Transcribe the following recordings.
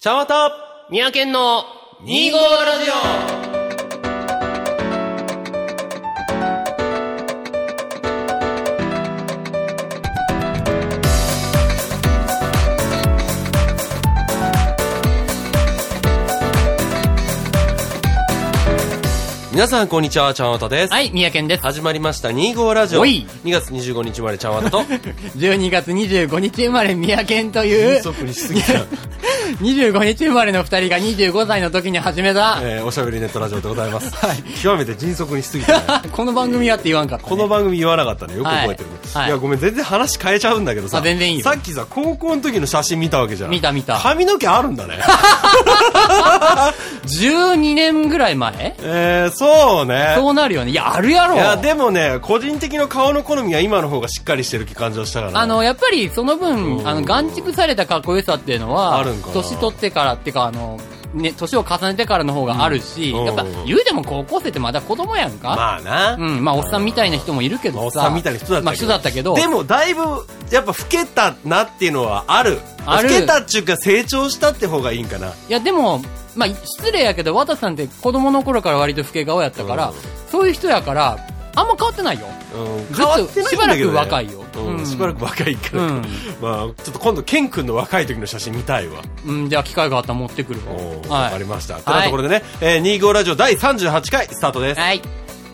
ちゃわた三宅県の 2号ラジオ。皆さんこんにちは、ちゃんわたです。 はい、三宅県です。 始まりました2号ラジオ。 おい 2月25日生まれちゃんわたと 12月25日生まれ三宅県という迅速にしすぎた 25日生まれの2人が25歳の時に始めた、 おしゃべりネットラジオでございます、 はい、 極めて迅速にしすぎた、ね、 この番組やって言わんかった、ね、 この番組言わなかったね。よく覚えてるね、 はい、 いやごめん、全然話変えちゃうんだけどさ、 全然いいよ。 さっきさ高校の時の写真見たわけじゃん。 見た髪の毛あるんだね 12年ぐらい前。 そうね。 そうなるよね。いや、あるやろ。 いやでもね、個人的な顔の好みは今の方がしっかりしてる気感じはしたから。 やっぱりその分眼蓄されたかっこよさっていうのはあるんかな。 年取ってからってかね、年を重ねてからの方があるし、やっぱ言うても高校生ってまだ子供やんか。 まあな。 まあおっさんみたいな人もいるけどさ。 おっさんみたいな人だったけど。 まあ人だったけど。 でもだいぶやっぱ老けたなっていうのはある。老けたっていうか成長したって方がいいんかな。いやでもまあ失礼やけど、綿さんって子供の頃から割と老け顔やったから、そういう人やからあんま変わってないよ。 変わってないんだけどね。 しばらく若いよ。 しばらく若いから、まあちょっと今度ケン君の若い時の写真見たいわ。 じゃあ機会があったら持ってくるわ。 わかりました。というところでね、2号ラジオ第38回スタートです。 はい。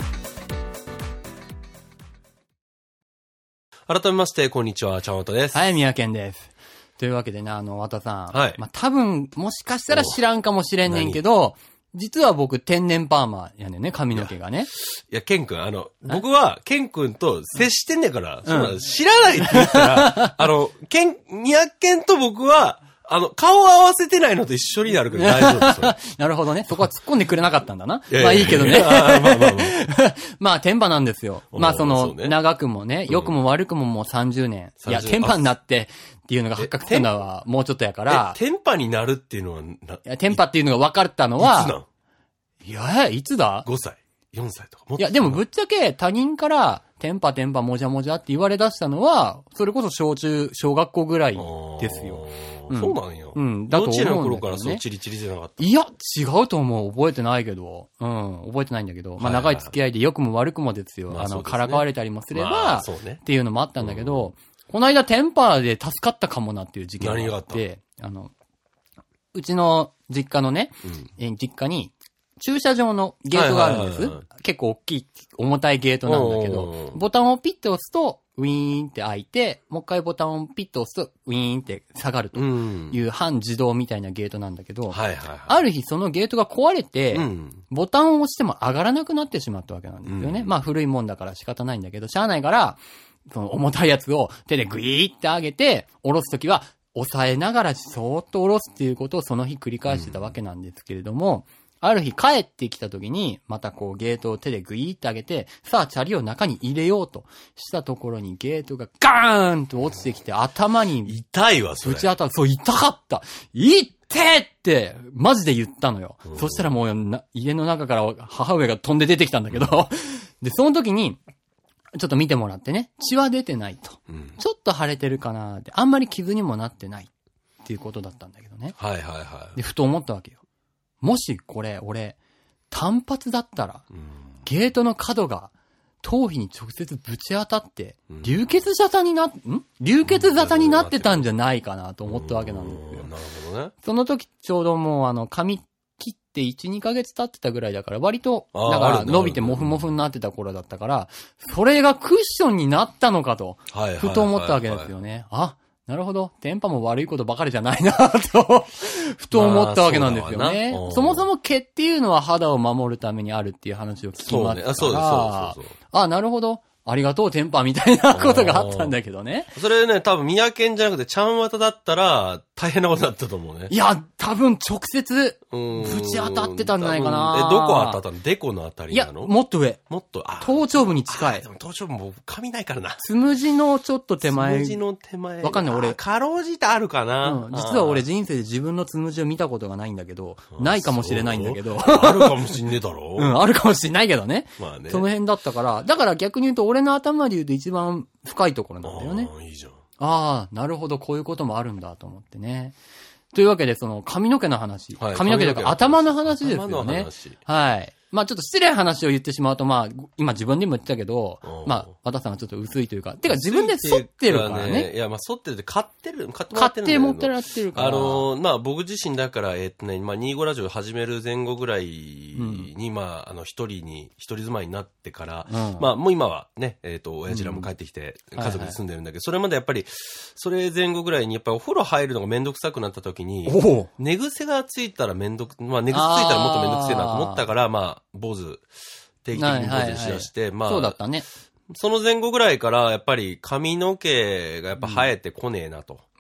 改めましてこんにちは、ちゃんわたです。 はい、三宅健です。というわけでね、わたさん、 はい、 まあ多分もしかしたら知らんかもしれんねんけど、実は僕天然パーマやねんね、髪の毛がね。 いや、ケン君、僕はケン君と接してんねんから、知らないって言ったら、三宅健と僕は、顔を合わせてないのと一緒になるから大丈夫ですよ。 なるほどね。そこは突っ込んでくれなかったんだな。まあいいけどね。まあ、天パなんですよ。まあ長くもね、良くも悪くももう30年。いや、天パになってっていうのが発覚したのはもうちょっとやから。 天パになるっていうのは、いや、天パっていうのが分かったのは、 いつなん？ いや、いつだ？ 5 歳。4歳とか。 いや、でもぶっちゃけ他人から、テンパもじゃもじゃって言われ出したのは、それこそ小学校ぐらいですよ。 そうなんや。 だと思うんだけどね。幼稚園の頃からそうチリチリじゃなかった。 いや、違うと思う。覚えてないけど。覚えてないんだけど。まあ長い付き合いで良くも悪くもですよ。からかわれたりもすれば、っていうのもあったんだけど、この間テンパで助かったかもなっていう事件があって、うちの実家のね、実家に、駐車場のゲートがあるんです。結構大きい、重たいゲートなんだけど、ボタンをピッと押すと、ウィーンって開いて、もう一回ボタンをピッと押すと、ウィーンって下がるという半自動みたいなゲートなんだけど、ある日そのゲートが壊れて、ボタンを押しても上がらなくなってしまったわけなんですよね。まあ古いもんだから仕方ないんだけど、しゃあないから、その重たいやつを手でグイーって上げて、下ろすときは押さえながらそーっと下ろすっていうことをその日繰り返してたわけなんですけれども、ある日帰ってきた時に、またこうゲートを手でグイーって上げて、さあチャリを中に入れようとしたところにゲートがガーンと落ちてきて頭に。 痛いわ、それ。 ぶち当たる。そう、痛かった。痛ってって、マジで言ったのよ。そしたらもう家の中から母上が飛んで出てきたんだけど。で、その時に、ちょっと見てもらってね、血は出てないと。ちょっと腫れてるかなって、あんまり傷にもなってないっていうことだったんだけどね。で、ふと思ったわけよ。もしこれ、俺、単発だったら、ゲートの角が、頭皮に直接ぶち当たって、流血沙汰になってたんじゃないかなと思ったわけなんですよ。 なるほどね。 その時ちょうどもう髪切って1、2ヶ月経ってたぐらいだから、割と、だから伸びてモフモフになってた頃だったから、それがクッションになったのかと、ふと思ったわけですよね。なるほど。テンパも悪いことばかりじゃないなと、ふと思ったわけなんですよね。そもそも毛っていうのは肌を守るためにあるっていう話を聞きますから。そうなるほど。ありがとう、テンパみたいなことがあったんだけどね。 それね、多分、宮県じゃなくて、ちゃんわただったら、大変なことだったと思うね。 いや、多分、直接、ぶち当たってたんじゃないかな。 どこ当たったの？デコのあたりなの？ いや、もっと上。頭頂部に近い。 でも頭頂部も髪ないからな。 つむじのちょっと手前。 つむじの手前。 わかんない、俺。 かろうじてあるかな。 実は俺人生で自分のつむじを見たことがないんだけど、ないかもしれないんだけど。 あるかもしんねえだろ。 あるかもしんないけどね。 まあね。 その辺だったから、だから逆に言うと俺の頭で言うと一番深いところなんだよね。 いいじゃん。 なるほど、こういうこともあるんだと思ってね。 というわけで、髪の毛の話。はい、髪の毛というか頭の話ですよね。頭の話。はい。まあちょっと失礼な話を言ってしまうと、まあ、今自分でも言ってたけど、まあ、和田さんがちょっと薄いというか、てか自分で剃ってるからね。 いや、まあ剃ってるって買ってもらってるんだけど。 買って持ってらってるから。 まあ僕自身だから、まあ25ラジオ始める前後ぐらいに、まあ、一人住まいになってから、まあもう今はね、親父らも帰ってきて、家族で住んでるんだけど、それまでやっぱり、それ前後ぐらいに、やっぱりお風呂入るのがめんどくさくなった時に、寝癖がついたらまあ寝癖ついたらもっとめんどくせえなと思ったから、まあ、坊主、定期的に坊主にしだして、まあ、 そうだったね。 その前後ぐらいから、やっぱり髪の毛がやっぱ生えてこねえなと。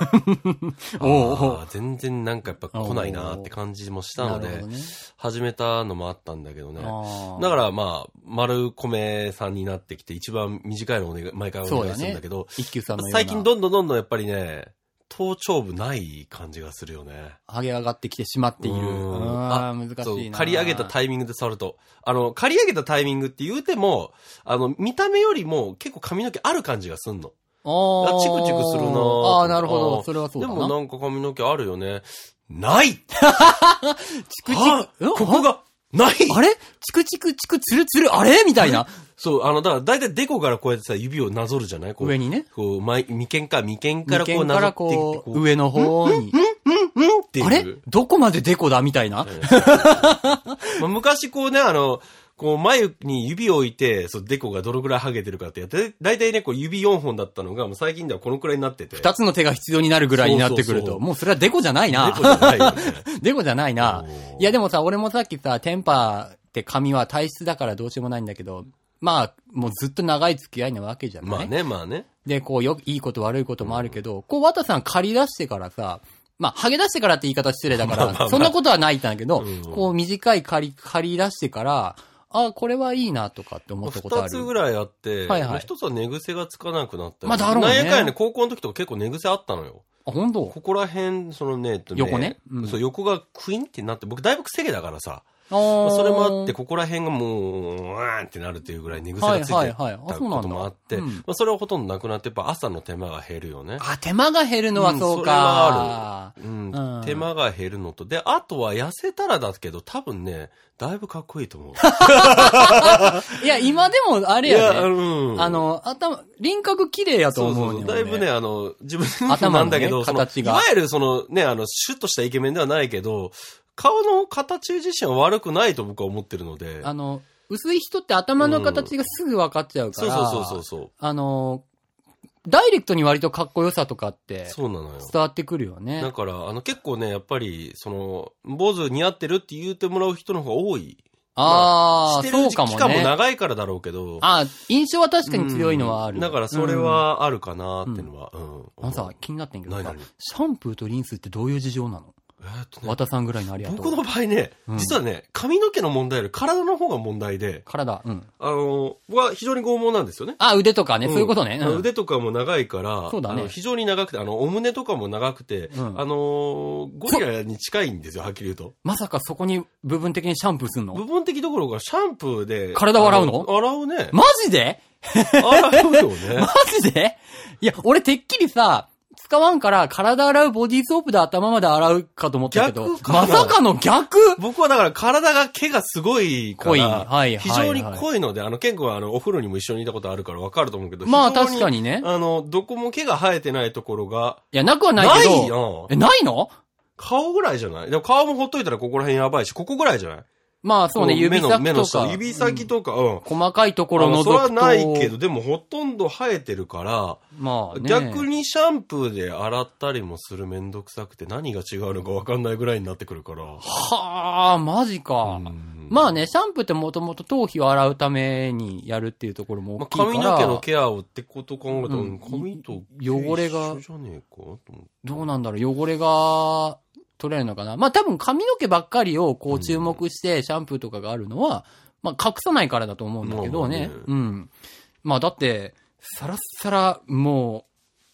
全然なんかやっぱ来ないなって感じもしたので、始めたのもあったんだけどね。だからまあ、丸米さんになってきて、一番短いのを毎回お願いするんだけど、最近どんどんやっぱりね、頭頂部ない感じがするよね。 上げ上がってきてしまっている。難しいな。 刈り上げたタイミングで触ると。刈り上げたタイミングって言うても、見た目よりも結構髪の毛ある感じがすんの。チクチクするななるほど。それはそうだな。 でもなんか髪の毛あるよね。ないチクチク。 ここがないあれチクチクツルツルあれみたいな。 そう、だから、だいたいデコからこうやってさ、指をなぞるじゃない上にね。 こう、眉間からこうなぞってこう、上の方に。 っていう。 あれどこまでデコだみたいな。 まあ、昔こうね、こう、眉に指を置いて、そう、デコがどのくらい剥げてるかってやって、だいたいね、こう、指4本だったのが、もう最近ではこのくらいになってて。 2つの手が必要になるぐらいになってくると。もうそれはデコじゃないな。 デコじゃないよね。 デコじゃないな。いやでもさ、俺もさっきさ、テンパーって髪は体質だからどうしようもないんだけど、まあ、もうずっと長い付き合いなわけじゃない。 まあね。 で、こう、いいこと悪いこともあるけど、こう、綿さん借り出してからさ、まあ、ハゲ出してからって言い方失礼だから、そんなことはないんだけど、こう、短い借り出してから、これはいいなとかって思ったことある。 二つぐらいあって、一つは寝癖がつかなくなったり。 まあ、だろうね。 なんやかんやね、高校の時とか結構寝癖あったのよ。 本当？ ここら辺、 横ね。 そう、横がクインってなって、僕だいぶ癖毛だからさ。それもあって、ここら辺がもう、わーんってなるっていうぐらい寝癖がついてたこともあって、それはほとんどなくなって、やっぱ朝の手間が減るよね。 手間が減るのはそうか。それはある。手間が減るのと、で、あとは痩せたらだけど、多分ね、だいぶかっこいいと思う。 いや、今でもあれやね。輪郭綺麗やと思う。 そう、だいぶね、自分のなんだけど、形が。いわゆるシュッとしたイケメンではないけど、顔の形自身は悪くないと僕は思ってるので。 薄い人って頭の形がすぐ分かっちゃうから。 そう。 ダイレクトに割とかっこよさとかって、 そうなのよ。 伝わってくるよね。 だから、結構ね、やっぱり、坊主似合ってるって言ってもらう人の方が多い。してる期間も長いからだろうけど。 印象は確かに強いのはある。 だからそれはあるかなっていうのは。 さ、気になってんけどさ、シャンプーとリンスってどういう事情なの？綿さんぐらいのありやと。 僕の場合ね、実はね、髪の毛の問題より体の方が問題で。 体。 僕は非常に剛毛なんですよね。 腕とかね、そういうことね。 腕とかも長いから、 そうだね。 非常に長くて、お胸とかも長くて、ゴリラに近いんですよ、はっきり言うと。 まさかそこに部分的にシャンプーすんの？ 部分的どころかシャンプーで。 体を洗うの？ 洗うね。 マジで？ 洗うよね。 マジで？いや、俺てっきりさ、使わんから体洗うボディーソープで頭まで洗うかと思ったけど、まさかの逆？ 僕はだから体が毛がすごいから、 濃い。 非常に濃いので、ケン君はお風呂にも一緒にいたことあるからわかると思うけど、 まあ確かにね。 どこも毛が生えてないところが。 いや、なくはないけど。 ないよ。 ないの？ 顔ぐらいじゃない？でも顔もほっといたらここら辺やばいし、ここぐらいじゃない？ まあそうね、指先とか。 目の下、指先とか、 細かいところのそれはないけど、でもほとんど生えてるから、 まあね。 逆にシャンプーで洗ったりもするめんどくさくて何が違うのかわかんないぐらいになってくるから。 はあ、マジか。まあね、シャンプーってもともと頭皮を洗うためにやるっていうところも大きいから。 髪の毛のケアをってこと考えたら、髪と汚れが、 じゃねえかと思って。 どうなんだろう、汚れが、取れるのかな。まあ多分髪の毛ばっかりをこう注目してシャンプーとかがあるのは、まあ隠さないからだと思うんだけどね。まあだって、さらさらもう、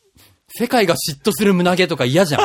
世界が嫉妬する胸毛とか嫌じゃん。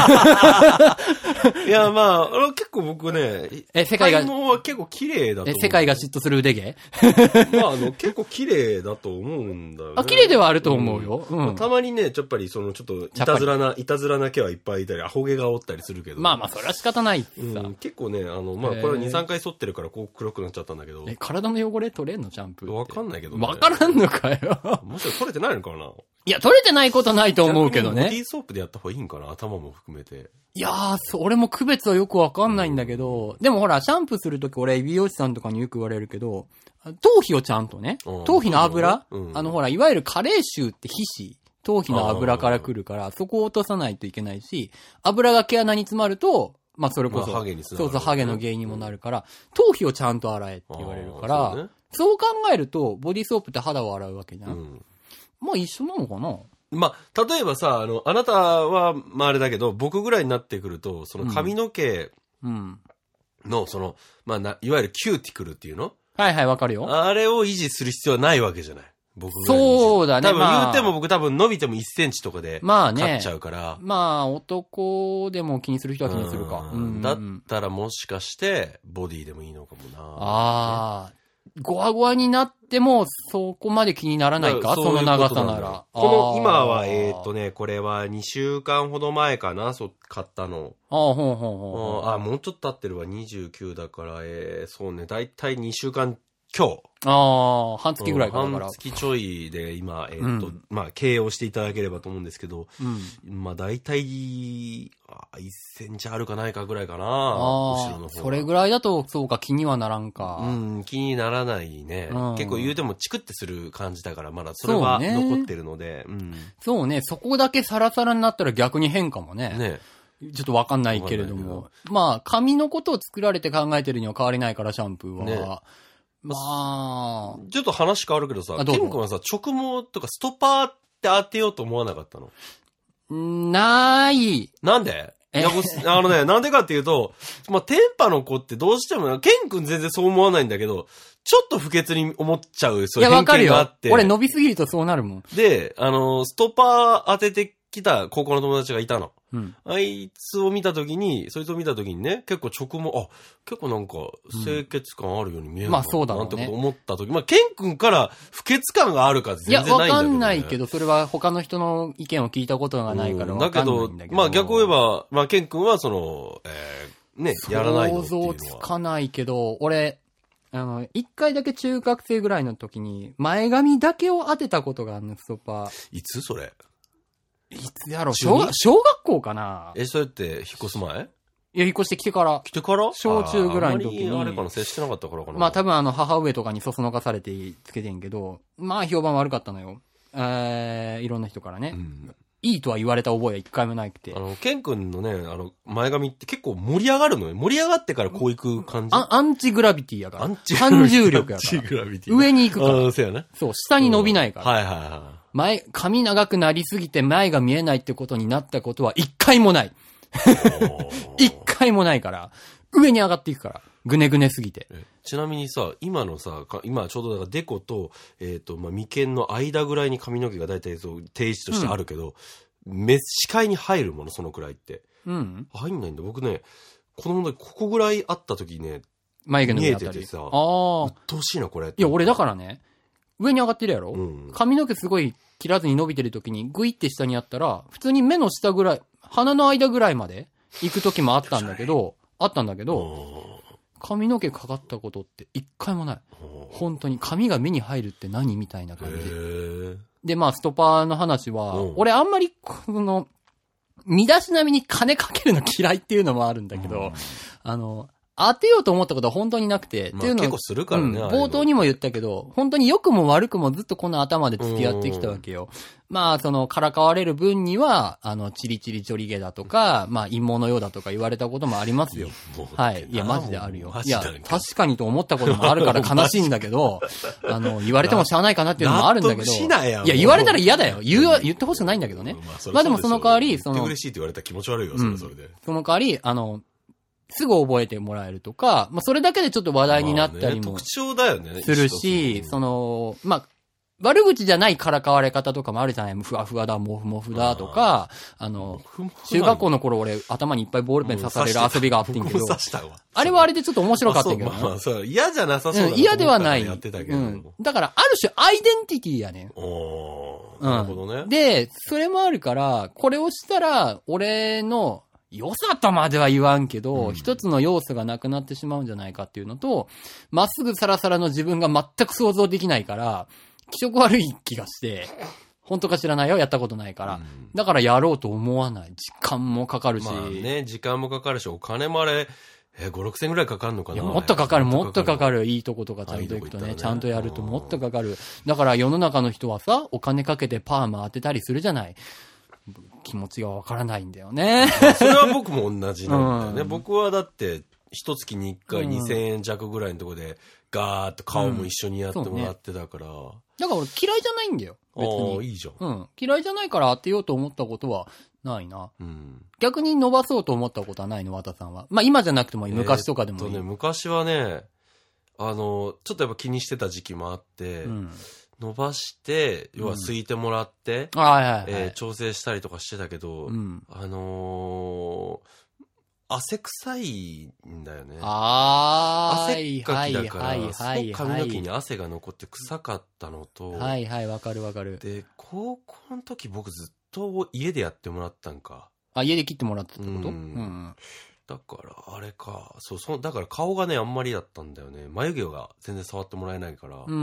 いや、まあ、結構僕ね、 世界が、 体毛は結構綺麗だと思う。 世界が嫉妬する腕毛まあ、結構綺麗だと思うんだよね。 綺麗ではあると思うよ。 まあ、たまにね、やっぱりちょっと、いたずらな毛はいっぱいいたり、アホ毛がおったりするけど。 まあ、それは仕方ないさ。 結構ね、まあ、これは2、3回剃ってるから、こう黒くなっちゃったんだけど。 体の汚れ取れんのシャンプー。 わかんないけどね。 わからんのかよ。 もしか取れてないのかな。 いや、取れてないことないと思うけどね。 ボディーソープでやった方がいいんかな、頭も含めて。 いやー、俺も区別はよくわかんないんだけど、でもほら、シャンプーするとき俺、美容師さんとかによく言われるけど、頭皮をちゃんとね、頭皮の油、ほら、いわゆる加齢臭って皮脂、頭皮の油から来るから、そこを落とさないといけないし、油が毛穴に詰まると、まあそれこそ、 ハゲにそうそう、ハゲの原因にもなるから、頭皮をちゃんと洗えって言われるから、そう考えると、ボディーソープって肌を洗うわけじゃん。まあ一緒なのかな。 まあ、例えばさ、あなたは、まああれだけど、僕ぐらいになってくると、その髪の毛の、まあいわゆるキューティクルっていうの？ はいはい、わかるよ。 あれを維持する必要はないわけじゃない。僕ぐらい。 そうだね。 多分言うても僕多分伸びても1センチとかで、 まあね。 買っちゃうから。 まあ、男でも気にする人は気にするか。 だったらもしかして、ボディでもいいのかもな。 ああ。ゴワゴワになっても、そこまで気にならないか、その長さなら。 今は、これは2週間ほど前かな、買ったの。もうちょっと経ってるわ、29だから、そうね、だいたい2週間今日。 半月ぐらいかな。 半月ちょいで今、まあ、経営をしていただければと思うんですけど、まあ、だいたい、1センチあるかないかぐらいかな、後ろの方。 それぐらいだと、そうか、気にはならんか。 気にならないね。結構言うてもチクってする感じだから、まだそれは残ってるので。 そうね、そこだけサラサラになったら逆に変かもね。ね。ちょっとわかんないけれども。まあ、髪のことを作られて考えてるには変わりないから、シャンプーは。ね、まあ。 ちょっと話変わるけどさ、ケン君はさ、直毛とかストパーって当てようと思わなかったの？ ない。 なんで？いや、なんでかっていうと、まあ、テンパの子ってどうしても、ケン君全然そう思わないんだけど、ちょっと不潔に思っちゃう、そういう偏見があって。 いや、わかるよ。俺伸びすぎるとそうなるもん。 で、ストパー当ててきた高校の友達がいたの。あいつを見たときに、そいつを見たときにね、結構直毛、結構なんか、清潔感あるように見えるまあそうだろうね。 なんてこと思ったとき、まあ、ケン君から不潔感があるか全然ないんだけど、ね。 いや、わかんないけど、それは他の人の意見を聞いたことがないからわかんないんだけど。 だけど、まあ逆を言えば、まあケン君はやらないのっていうのは。 想像つかないけど、俺、一回だけ中学生ぐらいの時に、前髪だけを当てたことがあるの、ストッパー。 いつそれ？ いつやろう小学校かな？ それって引っ越す前？ いや、引っ越してきてから。 来てから？ 小中ぐらいの時に。 あれかな、接してなかったからかな。 まあ多分母上とかにそそのかされてつけてんけど、まあ評判悪かったのよ。いろんな人からね。いいとは言われた覚えは一回もなくて。 ケン君のね、前髪って結構盛り上がるのよ。盛り上がってからこういく感じ。 アンチグラビティやから。反重力やから。 アンチグラビティ。 上に行くから。 そうやね。 そう、下に伸びないから。 はいはいはい。 髪長くなりすぎて前が見えないってことになったことは一回もない。一回もないから。上に上がっていくから。ぐねぐねすぎて。 ちなみにさ、今ちょうどだからデコと、まあ、眉間の間ぐらいに髪の毛がだいたい定位置としてあるけど、視界に入るもの、そのくらいって。入んないんだ。僕ね、子供の時ここぐらいあった時ね、 眉毛の見えててさ、うっとうしいな、これ。 いや、俺だからね、上に上がってるやろ、髪の毛すごい切らずに伸びてる時にグイって下にやったら、普通に目の下ぐらい、鼻の間ぐらいまで行く時もあったんだけど、髪の毛かかったことって一回もない。本当に髪が目に入るって何みたいな感じ。で、まあ、ストパーの話は、俺あんまり、身だしなみに金かけるの嫌いっていうのもあるんだけど、当てようと思ったことは本当になくて、っていうの結構するからね。 冒頭にも言ったけど、本当に良くも悪くもずっとこの頭で付き合ってきたわけよ。まあ、からかわれる分には、チリチリチョリ毛だとか、まあ、陰謀のようだとか言われたこともありますよ。はい。いや、マジであるよ。いや、確かにと思ったこともあるから悲しいんだけど、言われてもしゃあないかなっていうのもあるんだけど、いや、言われたら嫌だよ。言ってほしくないんだけどね。まあでもその代わり、 嬉しいって言われたら気持ち悪いよ、それで。 その代わり、すぐ覚えてもらえるとか、まあ、それだけでちょっと話題になったりも。 特徴だよね。 するし、まあ、 悪口じゃないからかわれ方とかもあるじゃない。ふわふわだ、もふもふだとか、中学校の頃俺頭にいっぱいボールペン刺される遊びがあってんけど、あれはあれでちょっと面白かったけどね。 まあそう、嫌じゃなさそうだな。 嫌ではない。 やってたけど。 だからある種アイデンティティやね。 なるほどね。 で、それもあるから、これをしたら、俺の良さとまでは言わんけど、一つの要素がなくなってしまうんじゃないかっていうのと、まっすぐサラサラの自分が全く想像できないから、気色悪い気がして、本当か知らないよ、やったことないから。だからやろうと思わない。時間もかかるし。 まあね、時間もかかるし、お金もあれ、5、6千ぐらいかかるのかな。 いや、もっとかかる、もっとかかる。いいとことかちゃんと行くとね、ちゃんとやるともっとかかる。だから世の中の人はさ、お金かけてパーマ当てたりするじゃない。気持ちがわからないんだよね。 それは僕も同じなんだよね。僕はだって、一月に1回2000円弱ぐらいのところで、ガーッと顔も一緒にやってもらってたから。 だから俺嫌いじゃないんだよ。別に。 いいじゃん。 嫌いじゃないから当てようと思ったことはないな。逆に伸ばそうと思ったことはないの、和田さんは。まあ今じゃなくても昔とかでもいい。 昔はね、ちょっとやっぱ気にしてた時期もあって、伸ばして、要はすいてもらって、調整したりとかしてたけど、汗臭いんだよね。汗っかきだから、すごく髪の毛に汗が残って臭かったのと、 はいはい、わかるわかる。 で、高校の時僕ずっと家でやってもらったんか。 家で切ってもらったってこと？ だから、あれか。だから顔がね、あんまりだったんだよね。眉毛が全然触ってもらえないから。で、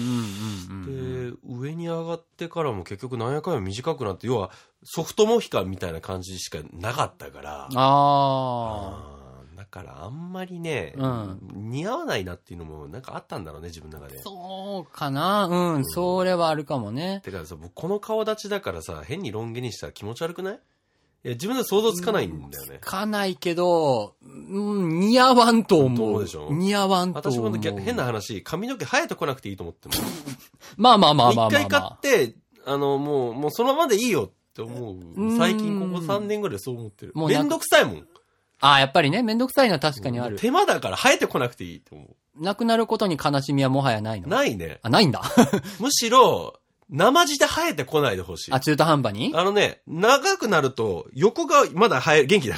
上に上がってからも結局何やかんや短くなって、要はソフトモヒカンみたいな感じしかなかったから。だからあんまりね、似合わないなっていうのもなんかあったんだろうね、自分の中で。 そうかな。それはあるかもね。 てかさ、僕この顔立ちだからさ、変にロン毛にしたら気持ち悪くない？いや、自分で想像つかないんだよね。 つかないけど、似合わんと思う。でしょ？似合わんと思う。 私も変な話、髪の毛生えてこなくていいと思っても。 まあ。一回買って、もうそのままでいいよって思う。最近ここ3年ぐらいそう思ってる。めんどくさいもん。 やっぱりね、めんどくさいのは確かにある。 手間だから生えてこなくていいと思う。 なくなることに悲しみはもはやないの？ ないね。 ないんだ。 むしろ、生地で生えてこないでほしい。 中途半端に？ 長くなると、横がまだ元気だから、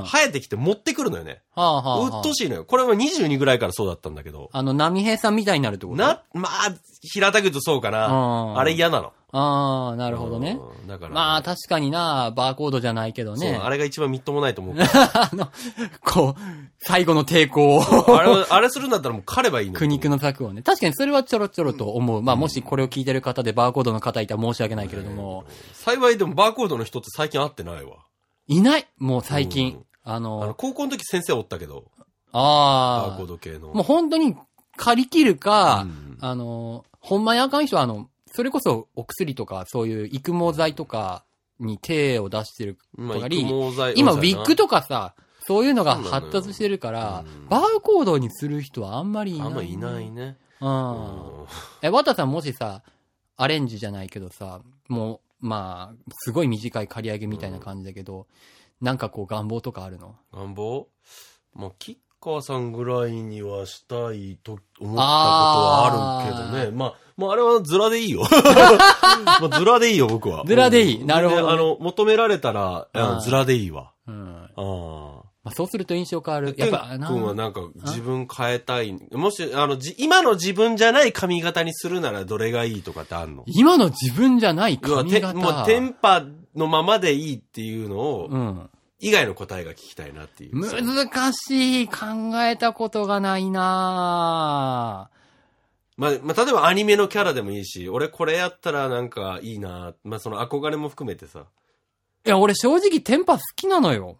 生えてきて持ってくるのよね。うっとうしいのよ。これは22ぐらいからそうだったんだけど。 波平さんみたいになるってこと？ まあ、平たく言うとそうかな。あれ嫌なの。 なるほどね。だから、まあ確かにな、バーコードじゃないけどね。 そう、あれが一番みっともないと思うから。 最後の抵抗を。 あれするんだったらもう狩ればいいの。 苦肉の策をね。確かにそれはちょろちょろと思う。まあもしこれを聞いてる方でバーコードの方いたら申し訳ないけれども。 幸いでもバーコードの人って最近会ってないわ。 いないもう最近。 高校の時先生おったけど。 バーコード系の。 もう本当に借り切るか、ほんまにあかん人はそれこそお薬とかそういう育毛剤とかに手を出してるとかに、今ウィッグとかさ、そういうのが発達してるから、バーコードにする人はあんまりいない。 あんまいないね。 わたさんもしさ、アレンジじゃないけどさ、もう、まあ、すごい短い刈り上げみたいな感じだけど、なんかこう願望とかあるの？ 願望？まあ、吉川さんぐらいにはしたいと思ったことはあるけどね。まあ、あれはズラでいいよ。まあ、ズラでいいよ、僕は。 ズラでいい。なるほど、ね。 求められたら、ズラでいいわ。 まあ、そうすると印象変わる。 やっぱ、君はなんか自分変えたい。もし、今の自分じゃない髪型にするならどれがいいとかってあるの？ 今の自分じゃない髪型。 もうテンパのままでいいっていうのを、以外の答えが聞きたいなっていう。 難しい。考えたことがないなぁ。 まあ、例えばアニメのキャラでもいいし、俺これやったらなんかいいなぁ。まあ、その憧れも含めてさ。 いや、俺正直テンパ好きなのよ。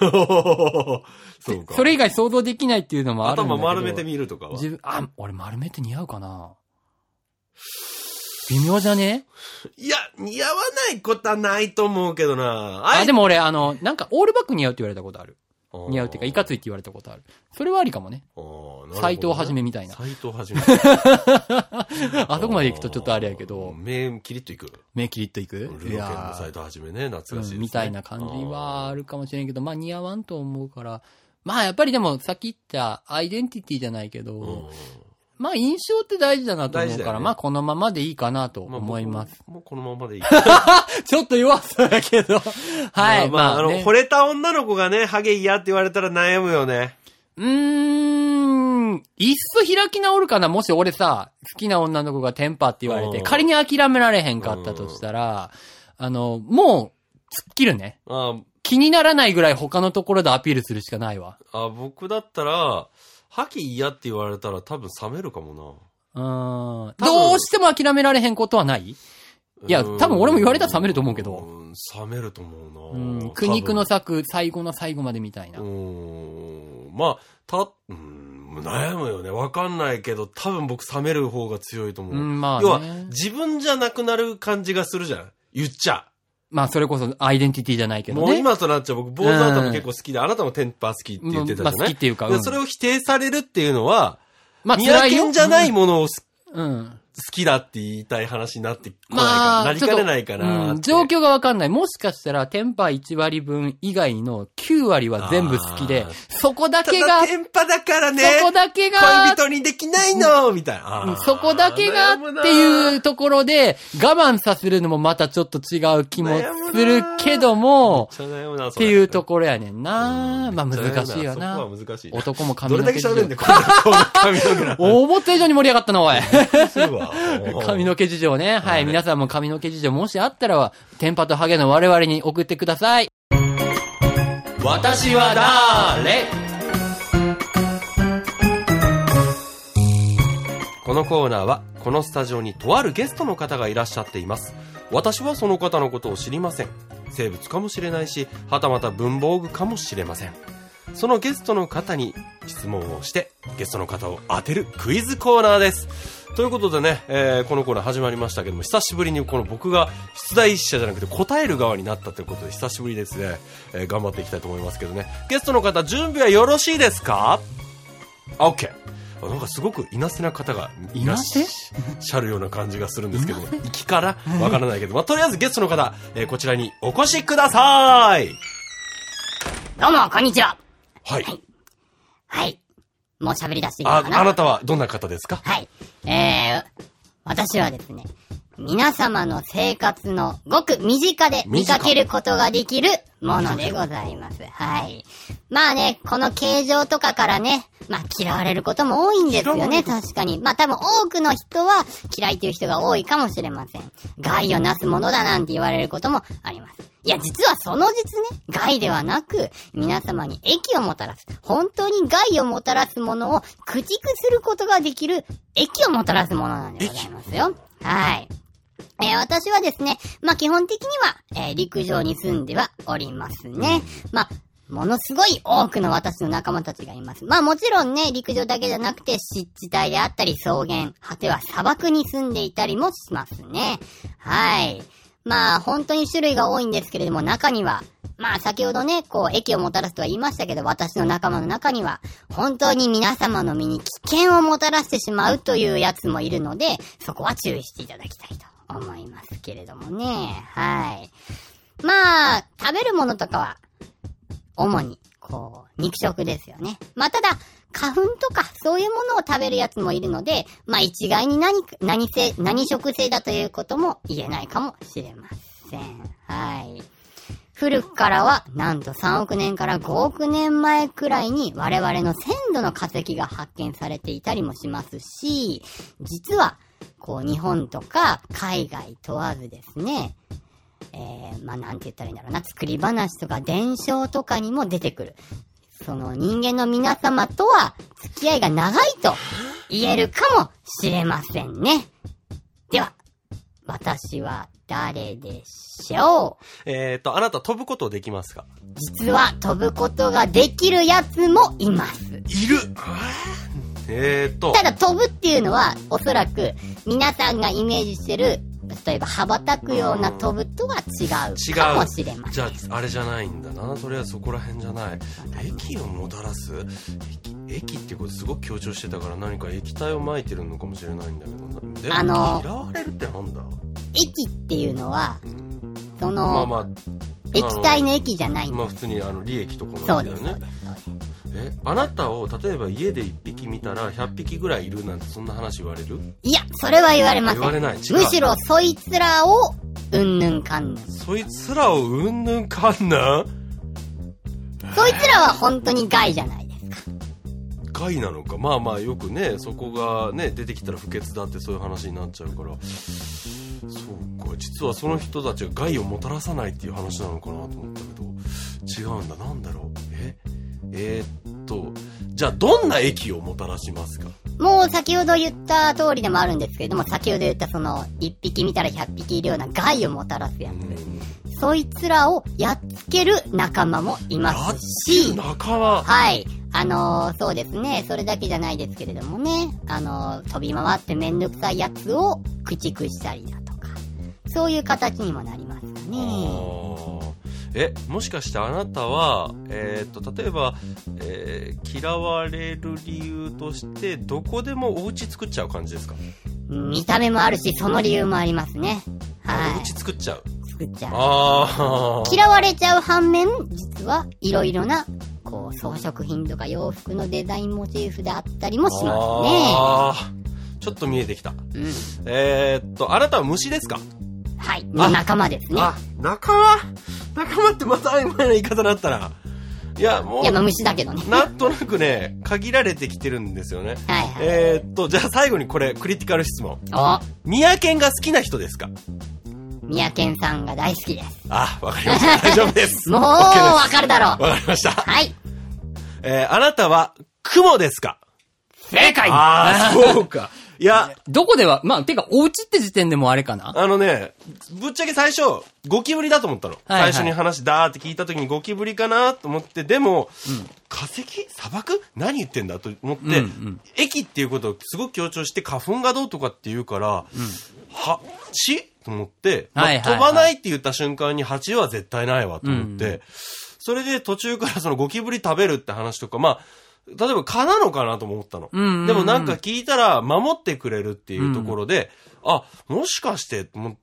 そうか。 それ以外想像できないっていうのもあるんだけど。 頭丸めてみるとかは。 俺丸めて似合うかな？微妙じゃね？ いや、似合わないことはないと思うけどな。 でも俺、なんかオールバック似合うって言われたことある。似合うっていうか、いかついって言われたことある。それはありかもね。斎藤はじめみたいな。 斎藤はじめ。 あそこまで行くとちょっとあれやけど。 目キリッといく。 目キリッといく？ ルロケンの斎藤はじめね、懐かしいですね。 みたいな感じはあるかもしれんけど、まあ似合わんと思うから。まあやっぱりでもさっき言ったアイデンティティじゃないけど、 まあ印象って大事だなと思うから、ね、まあこのままでいいかなと思います。 もうこのままでいい。 ちょっと弱そうだけど。はい。 まあ、ね、惚れた女の子がね、ハゲ嫌って言われたら悩むよね。 いっそ開き直るかな。もし俺さ、好きな女の子がテンパって言われて、仮に諦められへんかったとしたら、もう、突っ切るね。気にならないぐらい他のところでアピールするしかないわ。 僕だったら、ハゲ嫌って言われたら多分冷めるかもな。どうしても諦められへんことはない？いや、多分俺も言われたら冷めると思うけど。 冷めると思うな。 苦肉の策、最後の最後までみたいな。 まあ、悩むよね。わかんないけど、多分僕冷める方が強いと思う。 まあね、 要は、自分じゃなくなる感じがするじゃん。言っちゃ。 まあ、それこそアイデンティティじゃないけどね。 もう今となっちゃう僕、坊主頭も結構好きで、あなたもテンパー好きって言ってたじゃない？ まあ、好きっていうか、 それを否定されるっていうのは、 まあ、 宮県じゃないものを好きだって言いたい話になってこないかな、なりかねないかな、 状況がわかんない。もしかしたら、テンパ1割分以外の9割は全部好きで、そこだけが、 テンパだからね、 そこだけが、 恋人にできないのみたいな。 そこだけがっていうところで、我慢させるのもまたちょっと違う気もするけども、っていうところやねんな。まあ難しいよな。男も髪の毛事情。 どれだけ喋るんで、こんな髪の毛なの。 思った以上に盛り上がったな、おい。髪の毛事情ね。はい。皆さんも髪の毛事情もしあったら、テンパとハゲの我々に送ってください。私は誰？ このコーナーは、このスタジオにとあるゲストの方がいらっしゃっています。私はその方のことを知りません。生物かもしれないし、はたまた文房具かもしれません。そのゲストの方に質問をして、ゲストの方を当てるクイズコーナーです。ということでね、このコーナー始まりましたけども、久しぶりにこの僕が出題者じゃなくて答える側になったということで、久しぶりですね、頑張っていきたいと思いますけどね。ゲストの方、準備はよろしいですか？ OK。なんかすごくいなせな方がいらっしゃるような感じがするんですけど、息からわからないけど、まあ、とりあえずゲストの方、こちらにお越しください。 どうも、こんにちは。 はい。 はい。もう喋り出していいのかな？ あなたはどんな方ですか？ はい。私はですね、皆様の生活のごく身近で見かけることができるものでございます。はい。まあね、この形状とかからね、まあ嫌われることも多いんですよね、確かに。まあ多分多くの人は嫌いという人が多いかもしれません。害をなすものだなんて言われることもあります。いや、実はその実ね、害ではなく、皆様に益をもたらす、本当に害をもたらすものを駆逐することができる、益をもたらすものなんでございますよ。はい。私はですね、まあ基本的には、陸上に住んではおりますね。まあ、ものすごい多くの私の仲間たちがいます。まあもちろんね、陸上だけじゃなくて湿地帯であったり草原、果ては砂漠に住んでいたりもしますね。はい。まあ本当に種類が多いんですけれども、中には、まあ先ほどね、こう益をもたらすとは言いましたけど、私の仲間の中には、本当に皆様の身に危険をもたらしてしまうというやつもいるので、そこは注意していただきたいと思いますけれどもね。はい。まあ、食べるものとかは、主に、こう、肉食ですよね。まあただ、花粉とかそういうものを食べるやつもいるので、まあ一概に何食性だということも言えないかもしれません。はい。古くからはなんと3億年から5億年前くらいに我々の先祖の化石が発見されていたりもしますし、実はこう日本とか海外問わずですね、まあなんて言ったらいいんだろうな、作り話とか伝承とかにも出てくる。その人間の皆様とは付き合いが長いと言えるかもしれませんね。では、私は誰でしょう？ あなた飛ぶことできますか？ 実は飛ぶことができるやつもいます。 いる？ ただ飛ぶっていうのはおそらく皆さんがイメージしてる、例えば羽ばたくような飛ぶとは違うかもしれません。 じゃああれじゃないんだな。とりあえずそこら辺じゃない。液をもたらす？液ってことすごく強調してたから何か液体を撒いてるのかもしれないんだけど、でも嫌われるってなんだ？ 液っていうのは、その、液体の液じゃないんだ。 まあ普通に利益とかもあるんだよね。 あなたを例えば家で1匹見たら100匹ぐらいいるなんてそんな話言われる？ いや、それは言われません。 言われない。 むしろそいつらをうんぬんかんぬん。 そいつらをうんぬんかんぬん？ そいつらは本当に害じゃないですか。 害なのか。まあまあよくね、そこがね出てきたら不潔だってそういう話になっちゃうから。そうか、実はその人たちが害をもたらさないっていう話なのかなと思ったけど、違うんだ。なんだろう。じゃあどんな益をもたらしますか？ もう先ほど言った通りでもあるんですけれども、先ほど言ったその1匹見たら100匹いるような害をもたらすやつ、そいつらをやっつける仲間もいますし、 仲間、 はい、そうですね、それだけじゃないですけれどもね、飛び回ってめんどくさいやつを駆逐したりだとか、そういう形にもなりますかね。 もしかしてあなたは、例えば、嫌われる理由としてどこでもお家作っちゃう感じですか？ 見た目もあるし、その理由もありますね。はい。 お家作っちゃう。 作っちゃう。嫌われちゃう反面、実はいろいろなこう装飾品とか洋服のデザインモチーフであったりもしますね。 ちょっと見えてきた。あなたは虫ですか？ はい。仲間ですね。 仲間ってまた曖昧な言い方だったな。いや、もう。いや、 虫だけどね。 なんとなくね、限られてきてるんですよね。 はい。 じゃあ最後にこれ、クリティカル質問。ミヤケンが好きな人ですか？ ミヤケンさんが大好きです。 わかりました。大丈夫です。 もう、わかるだろう。 わかりました。 はい。 あなたは、クモですか？ 正解！ そうか。いや。 どこでは、てか、お家って時点でもあれかな？ ぶっちゃけ最初、ゴキブリだと思ったの。最初に話ダーって聞いた時にゴキブリかなと思って、でも、化石？砂漠？何言ってんだと思って、駅っていうことをすごく強調して花粉がどうとかって言うから、蜂？と思って、飛ばないって言った瞬間に蜂は絶対ないわと思って、それで途中からそのゴキブリ食べるって話とか、例えば蚊なのかなと思ったの。でもなんか聞いたら守ってくれるっていうところで、もしかしてと思って、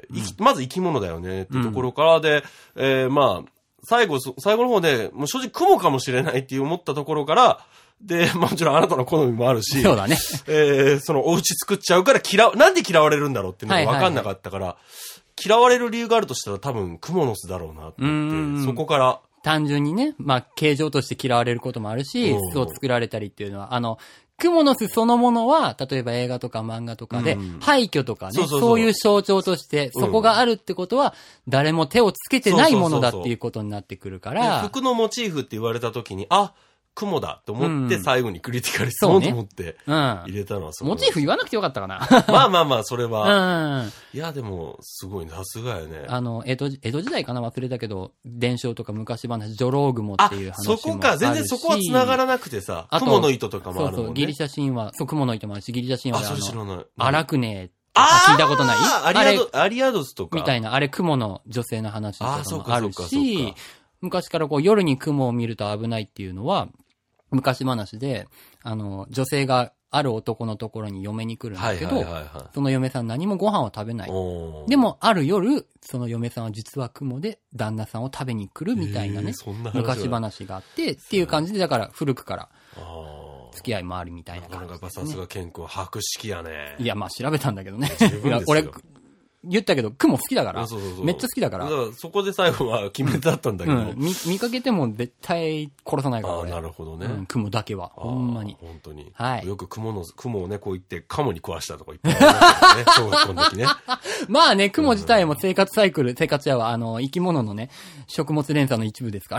まず生き物だよねっていうところからで、最後の方で、もう正直クモかもしれないって思ったところから、で、もちろんあなたの好みもあるし、 そうだね。 そのお家作っちゃうからなんで嫌われるんだろうっていうのが分かんなかったから、嫌われる理由があるとしたら多分クモの巣だろうなと思って、そこから、 単純にね、形状として嫌われることもあるし、巣を作られたりっていうのは、クモの巣そのものは、例えば映画とか漫画とかで、廃墟とかね、そういう象徴として、そこがあるってことは、誰も手をつけてないものだっていうことになってくるから。 服のモチーフって言われた時に、雲だと思って最後にクリティカル質問と思って入れたのはモチーフ言わなくてよかったかな。 それは。いや、でも、すごいね。さすがよね。 江戸時代かな忘れたけど、伝承とか昔話、ジョロウグモっていう話もあるし。 そこか。全然そこは繋がらなくてさ、雲の糸とかもあるもんね。 ギリシャ神話、雲の糸もあるし、ギリシャ神話それ知らない。 アラクネ聞いたことない？ アリアドスとか。 みたいな、雲の女性の話とかもあるし、昔から夜に雲を見ると危ないっていうのは、昔話で、女性がある男のところに嫁に来るんだけど、その嫁さん何もご飯を食べない。でも、ある夜、その嫁さんは実は雲で旦那さんを食べに来るみたいなね、昔話があって、っていう感じで、だから古くから付き合いもあるみたいな感じですね。 さすが健康博識やね。 いや、調べたんだけどね。俺、言ったけど、雲好きだから。めっちゃ好きだから。 そこで最後は決めだったんだけど。 見かけても絶対殺さないから。 なるほどね。 雲だけは。ほんまに。 本当に。 はい。 よく雲をね、こう言って、カモに壊したとか言ってね。小学校の時ね。 雲自体も生活やは、生き物のね、食物連鎖の一部ですから。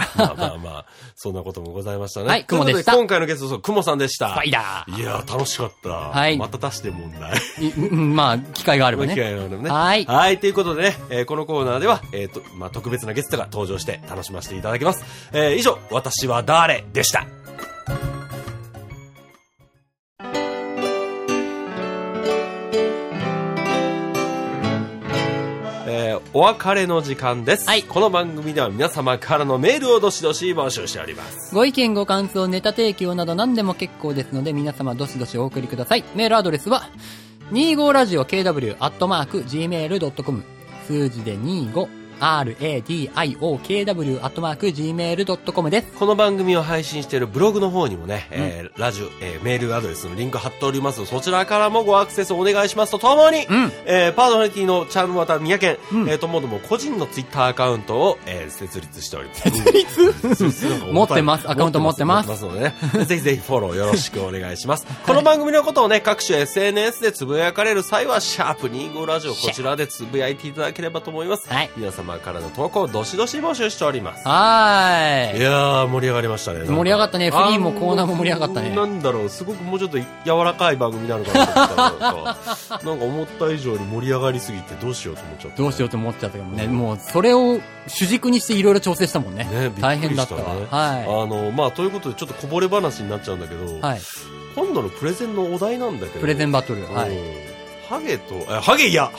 そんなこともございましたね。 はい、雲でした。 今回のゲスト、雲さんでした。 スパイダー。 いや、楽しかった。 はい。 また出して問題。 機会があればね。 機会があればね。 はい。 はい、ということでね、このコーナーでは、特別なゲストが登場して楽しませていただきます。以上、私は誰でした。お別れの時間です。 はい。 この番組では皆様からのメールをどしどし募集しております。 ご意見、ご感想、ネタ提供など何でも結構ですので、皆様どしどしお送りください。メールアドレスは、25radiokw@gmail.com 数字で25 RADIOKW@gmail.com です。 この番組を配信しているブログの方にもね、ラジオ、メールアドレスのリンク貼っております。そちらからもごアクセスお願いしますとともに、パーソナリティのチャンワタミヤケン、ともども個人のツイッターアカウントを、設立しております。 設立持ってます。アカウント持ってます。 のでね、ぜひぜひフォローよろしくお願いします。この番組のことをね、各種 SNS でつぶやかれる際は、#25ラジオこちらでつぶやいていただければと思います。 はい。 皆様からの投稿、どしどし募集しております。 はい。 いやー、盛り上がりましたね。 盛り上がったね。フリーもコーナーも盛り上がったね。 なんだろう、すごくもうちょっと柔らかい番組になるかなと思ったら、なんか思った以上に盛り上がりすぎてどうしようと思っちゃった。 どうしようと思っちゃったけどね。もう、それを主軸にしていろいろ調整したもんね。 ね、 大変だったわ。はい。 まあ、ということでちょっとこぼれ話になっちゃうんだけど、はい。今度のプレゼンのお題なんだけど。 プレゼンバトル。はい。 ハゲと、坊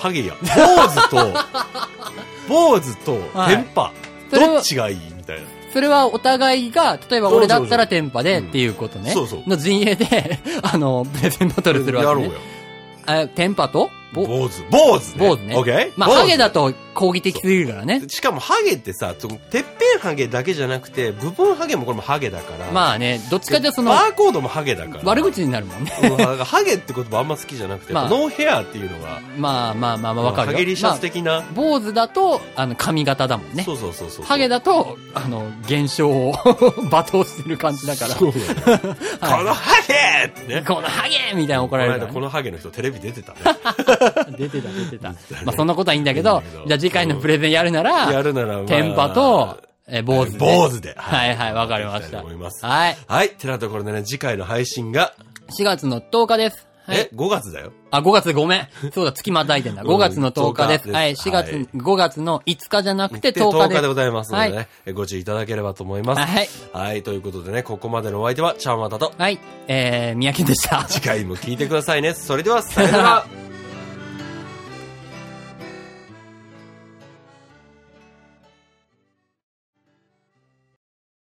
主と、テンパ。どっちがいいみたいな。 それはお互いが、例えば俺だったらテンパでっていうことね。 そうそう。 の陣営で、プレゼンバトルするわけね。やろうよ。テンパと坊主ね。 オッケー。まあ、ハゲだと攻撃的すぎるからね。 しかもハゲってさ、てっぺんハゲだけじゃなくて、部分ハゲもこれもハゲだから。 まあね、どっちかってその。 バーコードもハゲだから。 悪口になるもんね。 ハゲって言葉あんま好きじゃなくて、ノーヘアっていうのが。 まあ、わかるよ。 ハゲリシャツ的な。 坊主だと、髪型だもんね。 そう。 ハゲだと、現象を罵倒してる感じだから。 そうだね。このハゲってね。 このハゲみたいな怒られる。 このハゲの人テレビ出てたね。 出てた。まあそんなことはいいんだけど、じゃあ次回のプレゼンやるなら、テンパと、坊主で。 坊主で。 はい、わかりました。 はい。はい。てなところでね、次回の配信が、 4月の10日です。 5月だよ。 5月ごめん。そうだ、月またいでんだ。5月の10日です。はい、5月の5日じゃなくて10日です。 10日でございますのでね、ご注意いただければと思います。はい。はい、ということでね、ここまでのお相手は、ちゃんわたと。 はい、宮城でした。 次回も聞いてくださいね。それでは、さよなら。